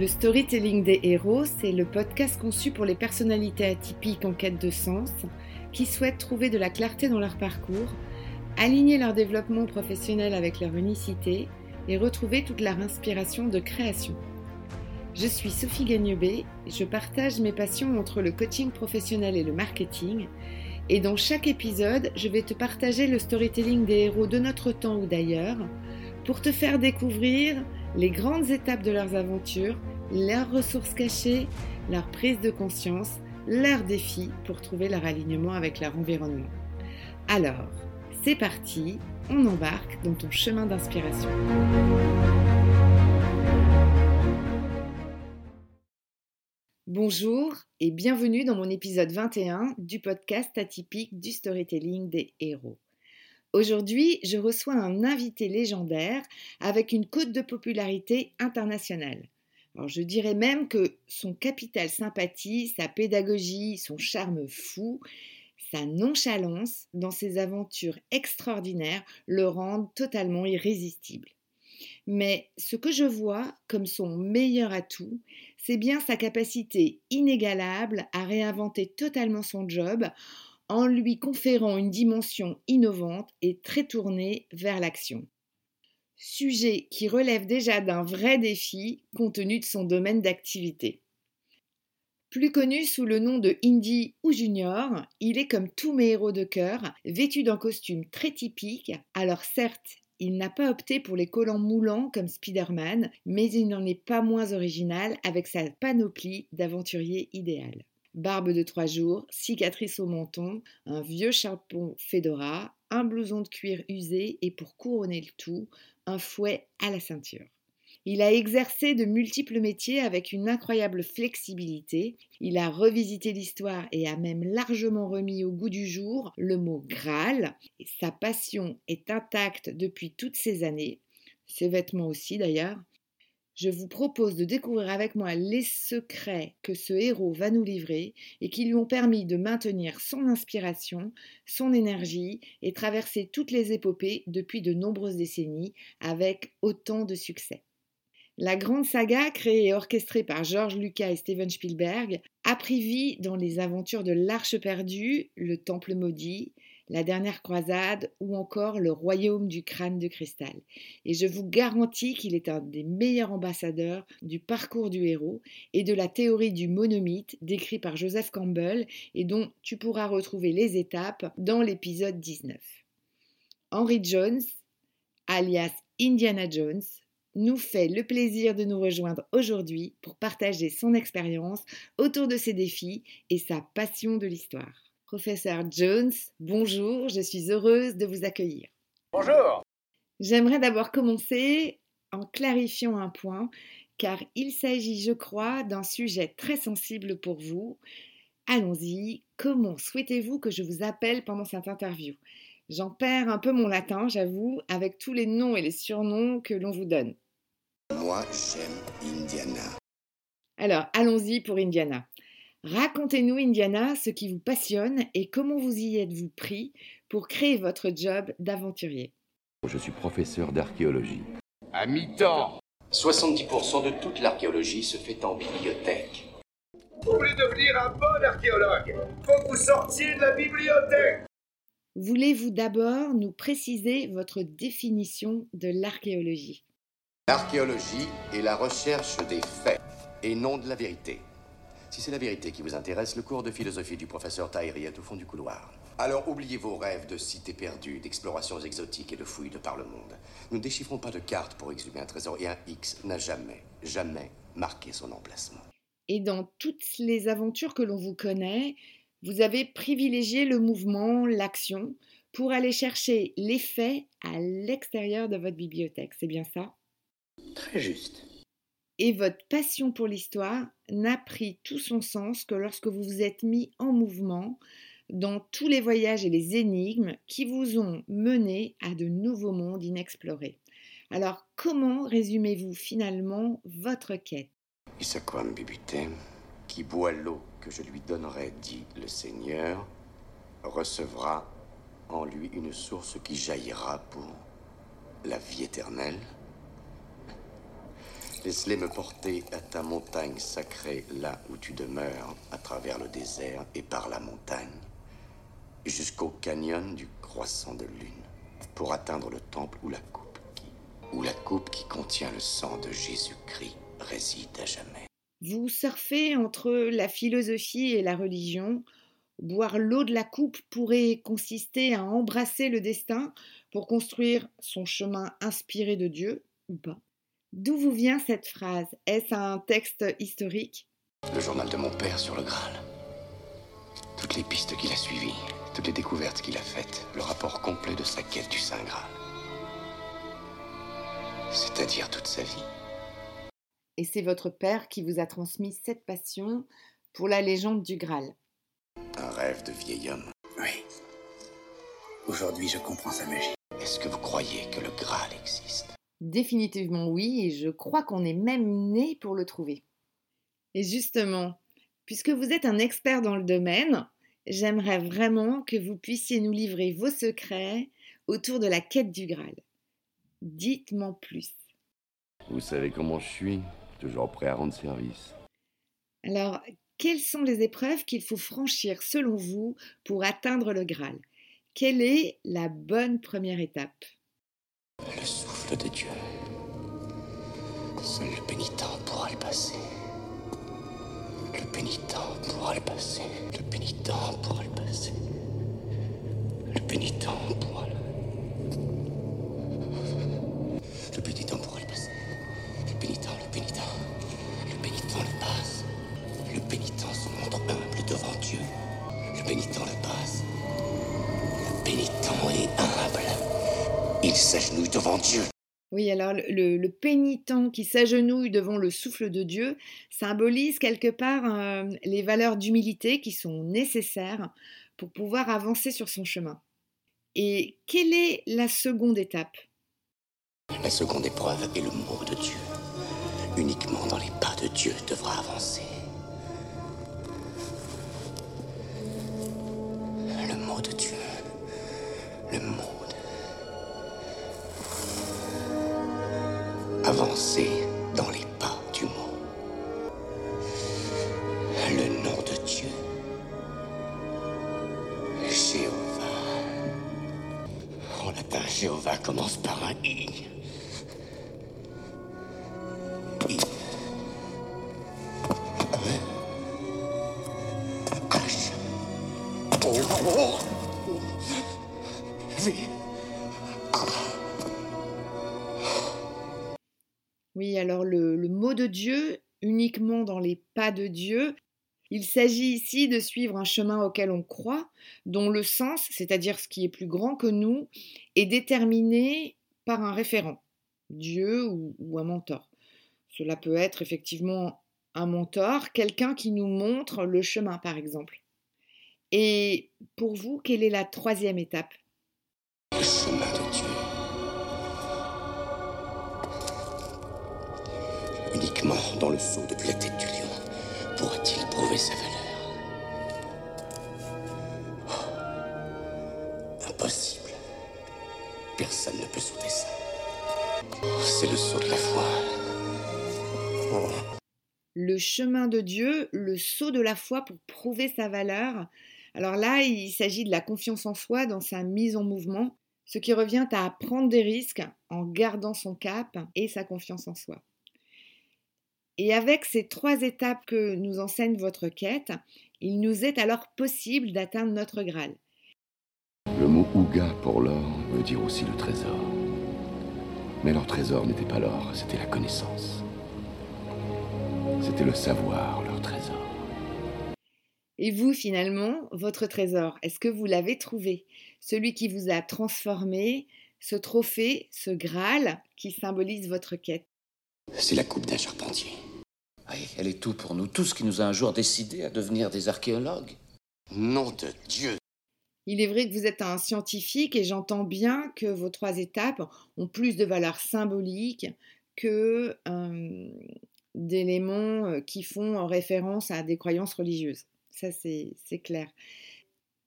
Le storytelling des héros, c'est le podcast conçu pour les personnalités atypiques en quête de sens, qui souhaitent trouver de la clarté dans leur parcours, aligner leur développement professionnel avec leur unicité et retrouver toute leur inspiration de création. Je suis Sophie Gagnebé, je partage mes passions entre le coaching professionnel et le marketing, et dans chaque épisode, je vais te partager le storytelling des héros de notre temps ou d'ailleurs, pour te faire découvrir les grandes étapes de leurs aventures, leurs ressources cachées, leur prise de conscience, leurs défis pour trouver leur alignement avec leur environnement. Alors, c'est parti, on embarque dans ton chemin d'inspiration. Bonjour et bienvenue dans mon épisode 21 du podcast atypique du storytelling des héros. Aujourd'hui, je reçois un invité légendaire avec une cote de popularité internationale. Alors, je dirais même que son capital sympathie, sa pédagogie, son charme fou, sa nonchalance dans ses aventures extraordinaires le rendent totalement irrésistible. Mais ce que je vois comme son meilleur atout, c'est bien sa capacité inégalable à réinventer totalement son job en lui conférant une dimension innovante et très tournée vers l'action. Sujet qui relève déjà d'un vrai défi compte tenu de son domaine d'activité. Plus connu sous le nom de Indy ou Junior, il est comme tous mes héros de cœur, vêtu d'un costume très typique. Alors certes, il n'a pas opté pour les collants moulants comme Spider-Man, mais il n'en est pas moins original avec sa panoplie d'aventurier idéal. Barbe de 3 jours, cicatrice au menton, un vieux chapeau fedora, un blouson de cuir usé et pour couronner le tout, un fouet à la ceinture. Il a exercé de multiples métiers avec une incroyable flexibilité. Il a revisité l'histoire et a même largement remis au goût du jour le mot Graal. Et sa passion est intacte depuis toutes ces années, ses vêtements aussi d'ailleurs. Je vous propose de découvrir avec moi les secrets que ce héros va nous livrer et qui lui ont permis de maintenir son inspiration, son énergie et traverser toutes les épopées depuis de nombreuses décennies avec autant de succès. La grande saga, créée et orchestrée par George Lucas et Steven Spielberg, a pris vie dans les aventures de l'Arche perdue, le Temple maudit, la dernière croisade ou encore le royaume du crâne de cristal. Et je vous garantis qu'il est un des meilleurs ambassadeurs du parcours du héros et de la théorie du monomythe décrit par Joseph Campbell et dont tu pourras retrouver les étapes dans l'épisode 19. Henry Jones, alias Indiana Jones, nous fait le plaisir de nous rejoindre aujourd'hui pour partager son expérience autour de ses défis et sa passion de l'histoire. Professeur Jones, bonjour, je suis heureuse de vous accueillir. Bonjour. J'aimerais d'abord commencer en clarifiant un point, car il s'agit, je crois, d'un sujet très sensible pour vous. Allons-y, comment souhaitez-vous que je vous appelle pendant cette interview ? J'en perds un peu mon latin, j'avoue, avec tous les noms et les surnoms que l'on vous donne. Moi, j'aime Indiana. Alors, allons-y pour Indiana. Racontez-nous, Indiana, ce qui vous passionne et comment vous y êtes-vous pris pour créer votre job d'aventurier. Je suis professeur d'archéologie. À mi-temps. 70% de toute l'archéologie se fait en bibliothèque. Vous voulez devenir un bon archéologue? Faut que vous sortiez de la bibliothèque. Voulez-vous d'abord nous préciser votre définition de l'archéologie ? L'archéologie est la recherche des faits et non de la vérité. Si c'est la vérité qui vous intéresse, le cours de philosophie du professeur Tahiri est au fond du couloir. Alors oubliez vos rêves de cités perdues, d'explorations exotiques et de fouilles de par le monde. Nous ne déchiffrons pas de cartes pour exhumer un trésor et un X n'a jamais marqué son emplacement. Et dans toutes les aventures que l'on vous connaît, vous avez privilégié le mouvement, l'action, pour aller chercher les faits à l'extérieur de votre bibliothèque, c'est bien ça ? Très juste. Et votre passion pour l'histoire n'a pris tout son sens que lorsque vous vous êtes mis en mouvement dans tous les voyages et les énigmes qui vous ont mené à de nouveaux mondes inexplorés. Alors, comment résumez-vous finalement votre quête ? Isaquam Bibute, qui boit l'eau que je lui donnerai, dit le Seigneur, recevra en lui une source qui jaillira pour la vie éternelle. Laisse-les me porter à ta montagne sacrée, là où tu demeures, à travers le désert et par la montagne, jusqu'au canyon du croissant de lune, pour atteindre le temple où la coupe qui contient le sang de Jésus-Christ réside à jamais. Vous surfez entre la philosophie et la religion. Boire l'eau de la coupe pourrait consister à embrasser le destin pour construire son chemin inspiré de Dieu, ou pas. D'où vous vient cette phrase? Est-ce un texte historique? Le journal de mon père sur le Graal. Toutes les pistes qu'il a suivies, toutes les découvertes qu'il a faites, le rapport complet de sa quête du Saint Graal. C'est-à-dire toute sa vie. Et c'est votre père qui vous a transmis cette passion pour la légende du Graal. Un rêve de vieil homme. Oui. Aujourd'hui, je comprends sa magie. Est-ce que vous croyez que le Graal existe? Définitivement oui, et je crois qu'on est même né pour le trouver. Et justement, puisque vous êtes un expert dans le domaine, j'aimerais vraiment que vous puissiez nous livrer vos secrets autour de la quête du Graal. Dites-moi plus. Vous savez comment je suis, toujours prêt à rendre service. Alors, quelles sont les épreuves qu'il faut franchir selon vous pour atteindre le Graal? Quelle est la bonne première étape? Le souffle de Dieu. Seul le pénitent pourra le passer. Le pénitent pourra le passer. Le pénitent pourra le passer. Le pénitent pourra le... Le pénitent pourra le passer. Le pénitent le passe. Le pénitent se montre humble devant Dieu. Le pénitent le passe. Le pénitent est humble. Il s'agenouille devant Dieu. Oui, alors le pénitent qui s'agenouille devant le souffle de Dieu symbolise quelque part les valeurs d'humilité qui sont nécessaires pour pouvoir avancer sur son chemin. Et quelle est la seconde étape? La seconde épreuve est le mot de Dieu. Uniquement dans les pas de Dieu devra avancer. Le mot de Dieu. Le mot de... Avancer dans les pas du mot. Le nom de Dieu. Jéhovah. En latin, Jéhovah commence par un I. I. H. O. V. Oui, alors le mot de Dieu, uniquement dans les pas de Dieu, il s'agit ici de suivre un chemin auquel on croit, dont le sens, c'est-à-dire ce qui est plus grand que nous, est déterminé par un référent, Dieu ou un mentor. Cela peut être effectivement un mentor, quelqu'un qui nous montre le chemin, par exemple. Et pour vous, quelle est la troisième étape? Le chemin de Dieu. Uniquement dans le seau depuis la tête du lion pourra-t-il prouver sa valeur. Oh, impossible. Personne ne peut sauter ça. C'est le saut de la foi. Oh. Le chemin de Dieu, le saut de la foi pour prouver sa valeur. Alors là, il s'agit de la confiance en soi dans sa mise en mouvement, ce qui revient à prendre des risques en gardant son cap et sa confiance en soi. Et avec ces trois étapes que nous enseigne votre quête, il nous est alors possible d'atteindre notre Graal. Le mot Ouga pour l'or veut dire aussi le trésor. Mais leur trésor n'était pas l'or, c'était la connaissance. C'était le savoir, leur trésor. Et vous, finalement, votre trésor, est-ce que vous l'avez trouvé? Celui qui vous a transformé, ce trophée, ce Graal qui symbolise votre quête. C'est la coupe d'un charpentier. Oui, elle est tout pour nous, tout ce qui nous a un jour décidé à devenir des archéologues. Nom de Dieu. Il est vrai que vous êtes un scientifique et j'entends bien que vos trois étapes ont plus de valeur symbolique que d'éléments qui font référence à des croyances religieuses. Ça, c'est clair.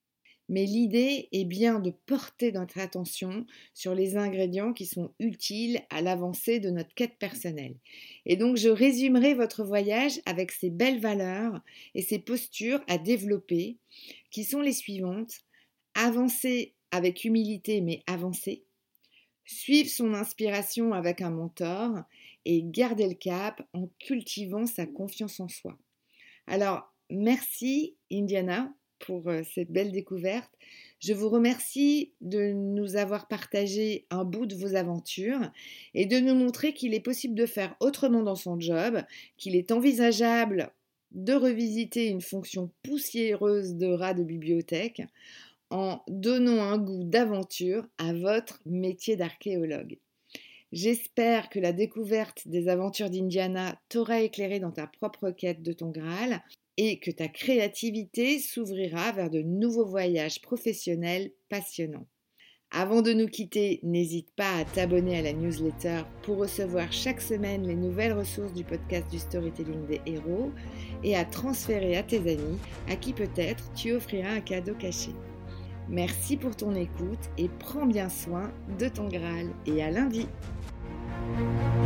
Mais l'idée est bien de porter notre attention sur les ingrédients qui sont utiles à l'avancée de notre quête personnelle. Et donc je résumerai votre voyage avec ces belles valeurs et ces postures à développer, qui sont les suivantes. Avancer avec humilité mais avancer. Suivre son inspiration avec un mentor et garder le cap en cultivant sa confiance en soi. Alors, merci Indiana pour cette belle découverte. Je vous remercie de nous avoir partagé un bout de vos aventures et de nous montrer qu'il est possible de faire autrement dans son job, qu'il est envisageable de revisiter une fonction poussiéreuse de rat de bibliothèque en donnant un goût d'aventure à votre métier d'archéologue. J'espère que la découverte des aventures d'Indiana t'aura éclairé dans ta propre quête de ton Graal et que ta créativité s'ouvrira vers de nouveaux voyages professionnels passionnants. Avant de nous quitter, n'hésite pas à t'abonner à la newsletter pour recevoir chaque semaine les nouvelles ressources du podcast du storytelling des héros et à transférer à tes amis à qui peut-être tu offriras un cadeau caché. Merci pour ton écoute et prends bien soin de ton Graal et à lundi.